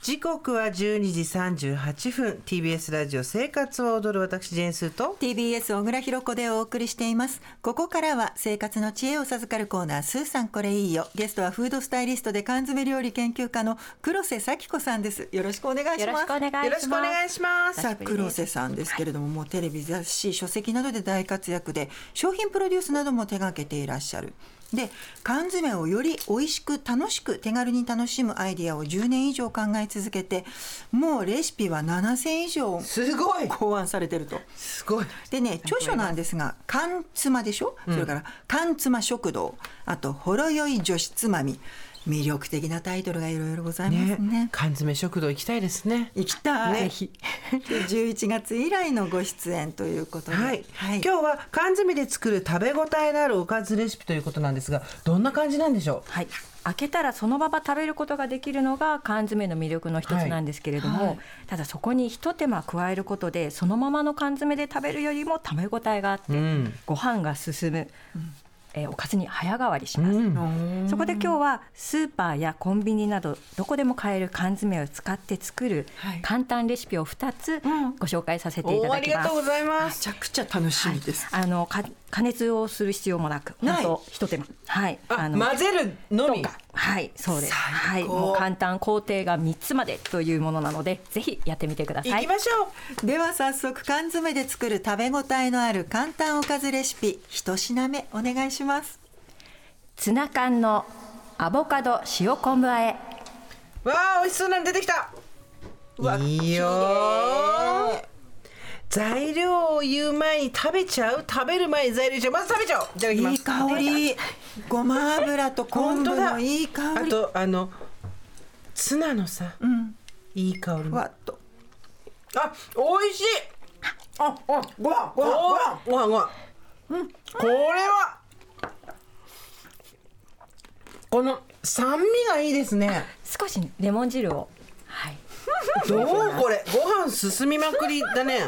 時刻は12時38分 TBS ラジオ生活を踊る私ジェーンスーと TBS 小倉弘子でお送りしています。ここからは生活の知恵を授かるコーナー、スーさんこれいいよ。ゲストはフードスタイリストで缶詰料理研究家の黒瀬咲子さんです。よろしくお願いします。 よろしくお願いします。 よろしくお願いします。 さあ黒瀬さんですけれども、もうテレビ雑誌書籍などで大活躍で商品プロデュースなども手掛けていらっしゃる。で缶詰をより美味しく楽しく手軽に楽しむアイディアを10年以上考え続けて、もうレシピは7000以上すごい考案されてると。 すごいでね、著書なんですが缶妻でしょ、それから缶妻食堂、あとほろ酔い女子つまみ、魅力的なタイトルがいろいろございますね。 缶詰食堂行きたいですね。 行きたい、 ね、 ぜひ11月以来のご出演ということで、 はいはい、今日は缶詰で作る食べ応えのあるおかずレシピということなんですが、どんな感じなんでしょう。 はい、開けたらそのまま食べることができるのが缶詰の魅力の一つなんですけれども、はい、ただそこに一手間加えることでそのままの缶詰で食べるよりも食べ応えがあって、ご飯が進む、おかずに早変わりします、そこで今日はスーパーやコンビニなどどこでも買える缶詰を使って作る簡単レシピを2つご紹介させていただきます。 ありがとうございます。 めちゃくちゃ楽しみです、 はい、加熱をする必要もなく、本当一手間、はい、 混ぜるのみ、 はい、そうです、はい、もう簡単、工程が3つまでというものなのでぜひやってみてください。 行きましょう。では早速缶詰で作る食べ応えのある簡単おかずレシピ1品目お願いします。 ツナ缶のアボカド塩昆布和え。 わあ、美味しそうなの出てきた。いいよ。材料を言う前に食べちゃう、食べる前に材料言っちゃう。まず食べちゃおう。いただきます。 いい香り、ごま油と昆布のいい香り。 あとツナのさ、いい香り。 ふわっと。 あ、美味しい。ご飯。これはこの酸味がいいですね。 少しレモン汁を、はい、 どうこれ、ご飯進みまくりだね。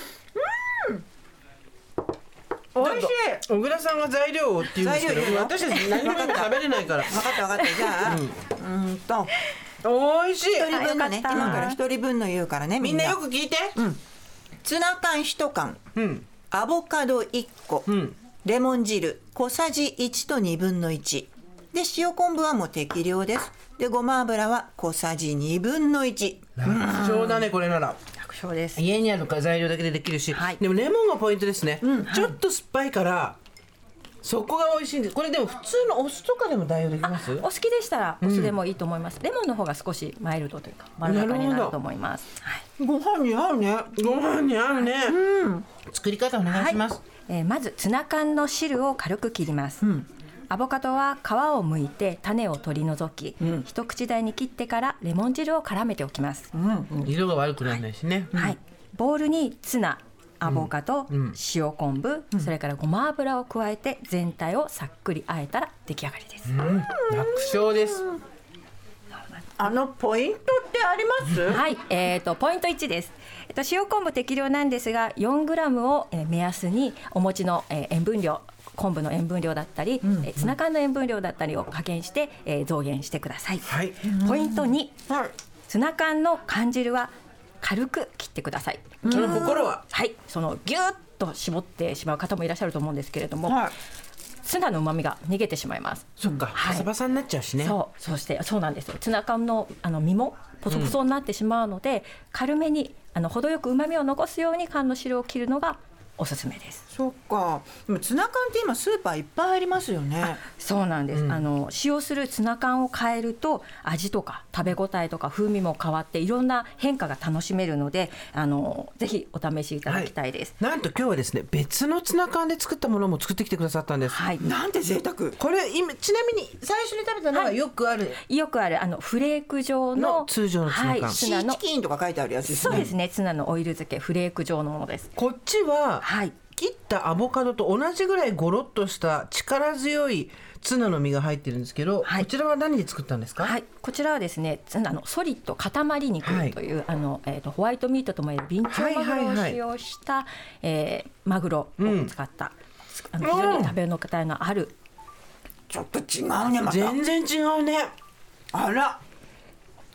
美味しい。小倉さんが材料をって言うんですけど、私たち何も食べれないから。 分かったじゃあ、 美味しい。 1人分のね、今から1人分の言うからね、 みんなよく聞いて。 ツナ缶1缶、アボカド1個、レモン汁小さじ1と1/2で、塩昆布はもう適量です。で、ごま油は小さじ1/2。 楽勝だね、これなら。 楽勝です。 家にある材料だけでできるし、でもレモンがポイントですね。ちょっと酸っぱいからそこが美味しいんです。これでも普通のお酢とかでも代用できます？ お好きでしたらお酢でもいいと思います。レモンの方が少しマイルドというかまろやかになると思います。 ご飯に合うね。 ご飯に合うね。作り方お願いします。 まずツナ缶の汁を軽く切ります。アボカドは皮を剥いて種を取り除き、一口大に切ってからレモン汁を絡めておきます。 色が悪くならないしね。 ボウルにツナ、アボカド、塩昆布、それからごま油を加えて全体をさっくり和えたら出来上がりです。 楽勝です。 ポイントってあります？ はい、ポイント1です。塩昆布適量なんですが 4g を目安にお餅の塩分量、昆布の塩分量だったり、ツナ缶の塩分量だったりを加減して、増減してください。ポイント2、ツナ缶の缶汁は軽く切ってください。 その心は、 そのギュッと絞ってしまう方もいらっしゃると思うんですけれども、ツナの旨味が逃げてしまいます。 そっか、パサパサになっちゃうしね。 そうなんですよ。ツナ缶の身もポソポソになってしまうので、軽めに程よく旨味を残すように缶の汁を切るのがおすすめです。 そっか。でもツナ缶って今スーパーいっぱいありますよね。 そうなんです、使用するツナ缶を変えると味とか食べ応えとか風味も変わっていろんな変化が楽しめるので、ぜひお試しいただきたいです。 なんと今日はですね、別のツナ缶で作ったものも作ってきてくださったんです。 なんて贅沢。 これ今ちなみに最初に食べたのがよくある、 フレーク状の通常のツナ缶、 シーチキンとか書いてあるやつですね。 そうですね、ツナのオイル漬けフレーク状のものです。 こっちは、切ったアボカドと同じぐらいゴロッとした力強いツナの実が入ってるんですけど、こちらは何で作ったんですか？ こちらはですね、ツナのソリッド塊肉という、ホワイトミートともいえるビンチョウマグロを使用した、マグロを使った、非常に食べ応えのある。 ちょっと違うね、また全然違うね。 あら、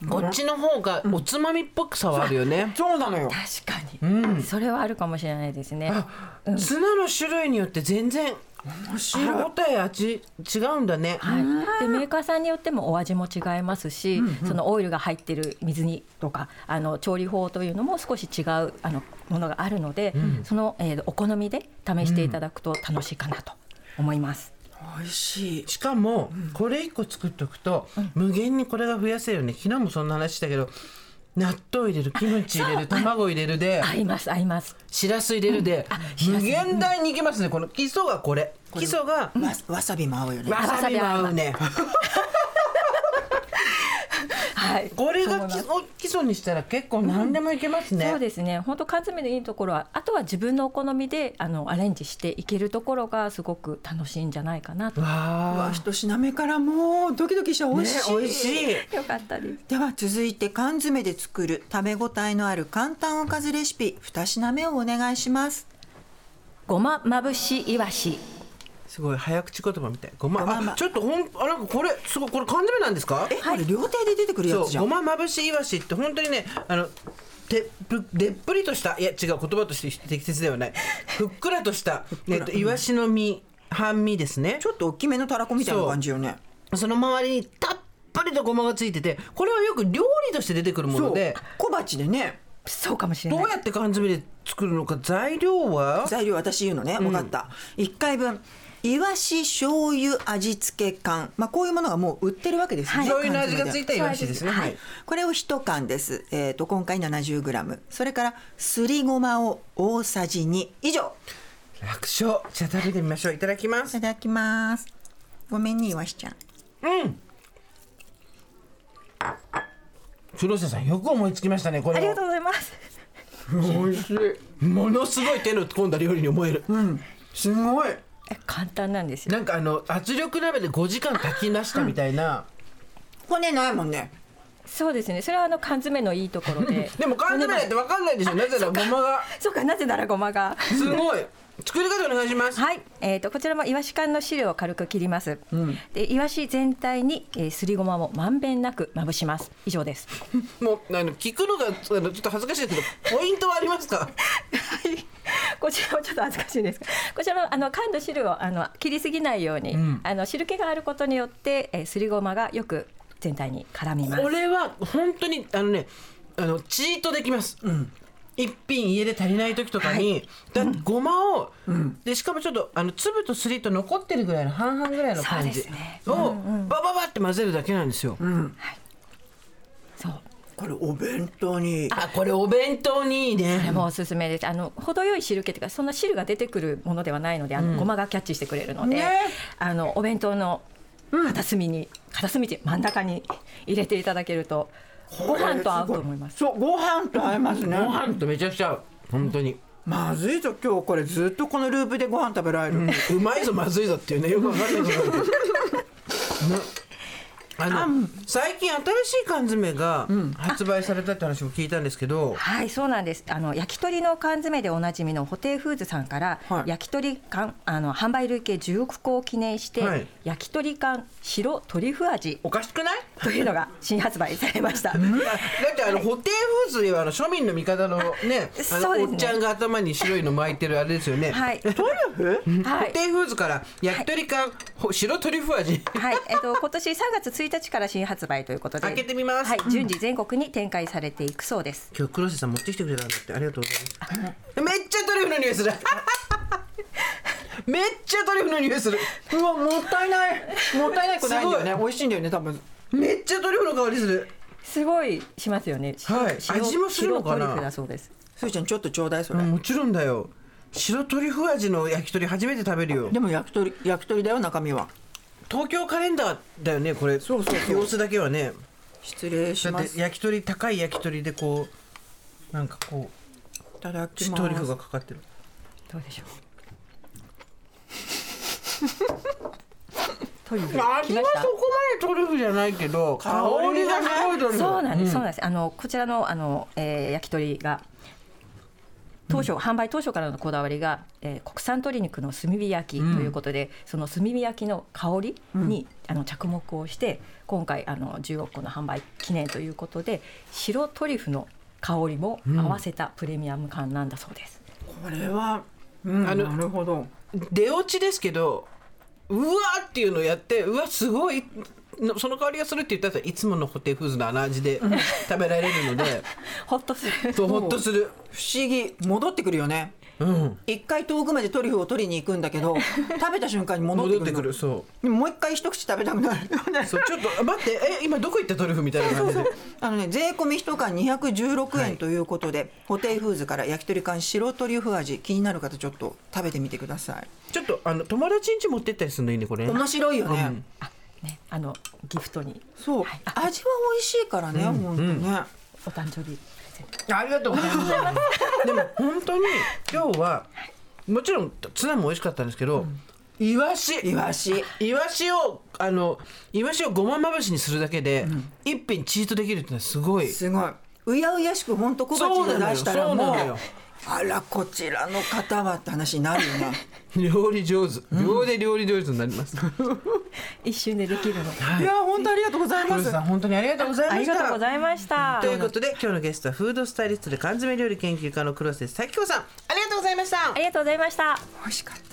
こっちの方がおつまみっぽくさはあるよね。 そうなのよ。 確かに、それはあるかもしれないですね。 ツナの種類によって全然歯応え味違うんだね。 はい、でメーカーさんによってもお味も違いますし、そのオイルが入ってる水煮とか調理法というのも少し違うものがあるので、その、お好みで試していただくと楽しいかなと思います。 美味しい。 しかもこれ1個作っておくと無限にこれが増やせるよね。昨日もそんな話したけど、納豆入れる、キムチ入れる、卵入れるで、 合います合います。 しらす入れるで、無限大にいけますね。この基礎がこれ、基礎がわさびも合うよね。 わさびも合うね。 はい、 これが基礎にしたら結構何でもいけますね。 そうですね。本当缶詰のいいところは、あとは自分のお好みでアレンジしていけるところがすごく楽しいんじゃないかなと。 わあ、一品目からもうドキドキした。美味しい、 美味しい。 よかったです。 では続いて缶詰で作る食べ応えのある簡単おかずレシピ2品目をお願いします。 ごままぶしいわし。 すごい早口言葉みたい。ごま、 ごまちょっとなんかこれすごい、これ缶詰なんですか？ これ料亭で出てくるやつじゃん。 ごままぶしいわしって本当にね、でっぷりとした、いや違う、言葉として適切ではない、ふっくらとしたいわしの身、半身ですね。 ちょっと大きめのたらこみたいな感じよね。 その周りにたっぷりとごまがついてて、これはよく料理として出てくるもので、 小鉢でね。 そうかもしれない。 どうやって缶詰で作るのか。材料は私言うのね。分かった。1回分いわし醤油味付け缶、こういうものがもう売ってるわけですね。 醤油の味がついたいわしですね。はい。 これを1缶です。今回 70g。それからすりごまを大さじ2以上。 楽勝。じゃあ食べてみましょう。いただきます。 いただきます。ごめんね、いわしちゃん。 広瀬さんよく思いつきましたね。これありがとうございます。 美味しい。ものすごい手の込んだ料理に思える。 すごい。 簡単なんですよ。 なんか圧力鍋で5時間炊きましたみたいな。 骨ないもんね。 そうですね。それは缶詰のいいところで。 でも缶詰だって分かんないでしょ。なぜならごまが。 そうか、なぜならごまが。 すごい。作り方お願いします。 はい、こちらもイワシ缶の汁を軽く切ります。でイワシ全体に、すりごまをまんべんなくまぶします。以上です。 もう聞くのがちょっと恥ずかしいですけど、ポイントはありますか？ はい、こちらもちょっと恥ずかしいですが、こちらも缶の汁を切りすぎないように、汁気があることによって、すりごまがよく全体に絡みます。 これは本当にチートできます。一品家で足りない時とかに、ごまを、でしかもちょっと粒とすりと残ってるぐらいの半々ぐらいの感じをバババって混ぜるだけなんですよ。 そう。 これお弁当に。 これお弁当にいいね。 これもおすすめです。程よい汁気というか、そんな汁が出てくるものではないので、ごまがキャッチしてくれるので、お弁当の片隅に真ん中に入れていただけるとご飯と合うと思います。 そう、ご飯と合いますね。 ご飯とめちゃくちゃ合う。本当にまずいぞ、今日これずっとこのループでご飯食べられる。 うまいぞまずいぞっていうね、よくわかんないけど最近新しい缶詰が発売されたって話も聞いたんですけど、 はい、そうなんです。焼き鳥の缶詰でおなじみのホテイフーズさんから、焼き鳥缶販売累計10億個を記念して、焼き鳥缶白トリュフ味おかしくないというのが新発売されました。 だってホテイフーズは庶民の味方のね、おっちゃんが頭に白いの巻いてるあれですよね。 はい。 トリュフ？ はい。 ホテイフーズから焼き鳥缶白トリュフ味。 はい。今年3月1日から新発売ということで、 開けてみます。 はい。順次全国に展開されていくそうです。 今日黒瀬さん持ってきてくれたんだって、ありがとうございます。めっちゃトリュフの匂いする。めっちゃトリュフの匂いする。 うわ、もったいないくないんだよね。美味しいんだよね、多分。 めっちゃトリュフの香りする。 すごいしますよね。 はい。味もするのかな。 白トリュフだそうです。 すーちゃんちょっとちょうだいそれ。 もちろんだよ。白トリュフ味の焼き鳥初めて食べるよ。 でも焼き鳥だよ、中身は。 東京カレンダーだよね、これ。 そう様子だけはね。 失礼します。 だって焼き鳥、高い焼き鳥でこうなんかこういただきます。 トリュフがかかってる。 どうでしょう。トリュフ味はそこまでトリュフじゃないけど、香りがすごいトリュフ。 そうなんです、そうなんです。こちらの焼き鳥が販売当初からのこだわりが、国産鶏肉の炭火焼きということで、その炭火焼きの香りに、着目をして今回10億個の販売記念ということで白トリュフの香りも合わせたプレミアム感なんだそうです。 これは、なるほど。 出落ちですけどうわーっていうのをやって、うわすごいその香りがするって言ったらいつものホテイフーズのあの味で食べられるのでほっとする。 そうほっとする。 不思議、戻ってくるよね。一回遠くまでトリュフを取りに行くんだけど食べた瞬間に戻ってくる。 そうでももう一回一口食べたくなるよね。 そうちょっと待って、今どこ行ったトリュフみたいな感じで税込み1缶216円ということで、ホテイフーズから焼き鳥缶白トリュフ味、気になる方ちょっと食べてみてください。 ちょっと友達ん家持ってったりするのいいねこれ。 面白いよね。 ギフトに。 そう、味は美味しいからね、本当ね。 お誕生日ありがとうございますでも本当に今日はもちろんツナも美味しかったんですけど、イワシをごままぶしにするだけで、一品チートできるってのはすごい。 うやうやしく本当小鉢で出したらもう、あらこちらの方はって話になるよね料理上手、秒で料理上手になります一瞬でできるの。 いや本当ありがとうございます。 本当にありがとうございました。 ありがとうございました。 ということで今日のゲストはフードスタイリストで缶詰料理研究家の黒瀬咲子さん、ありがとうございました。 ありがとうございました。 美味しかった。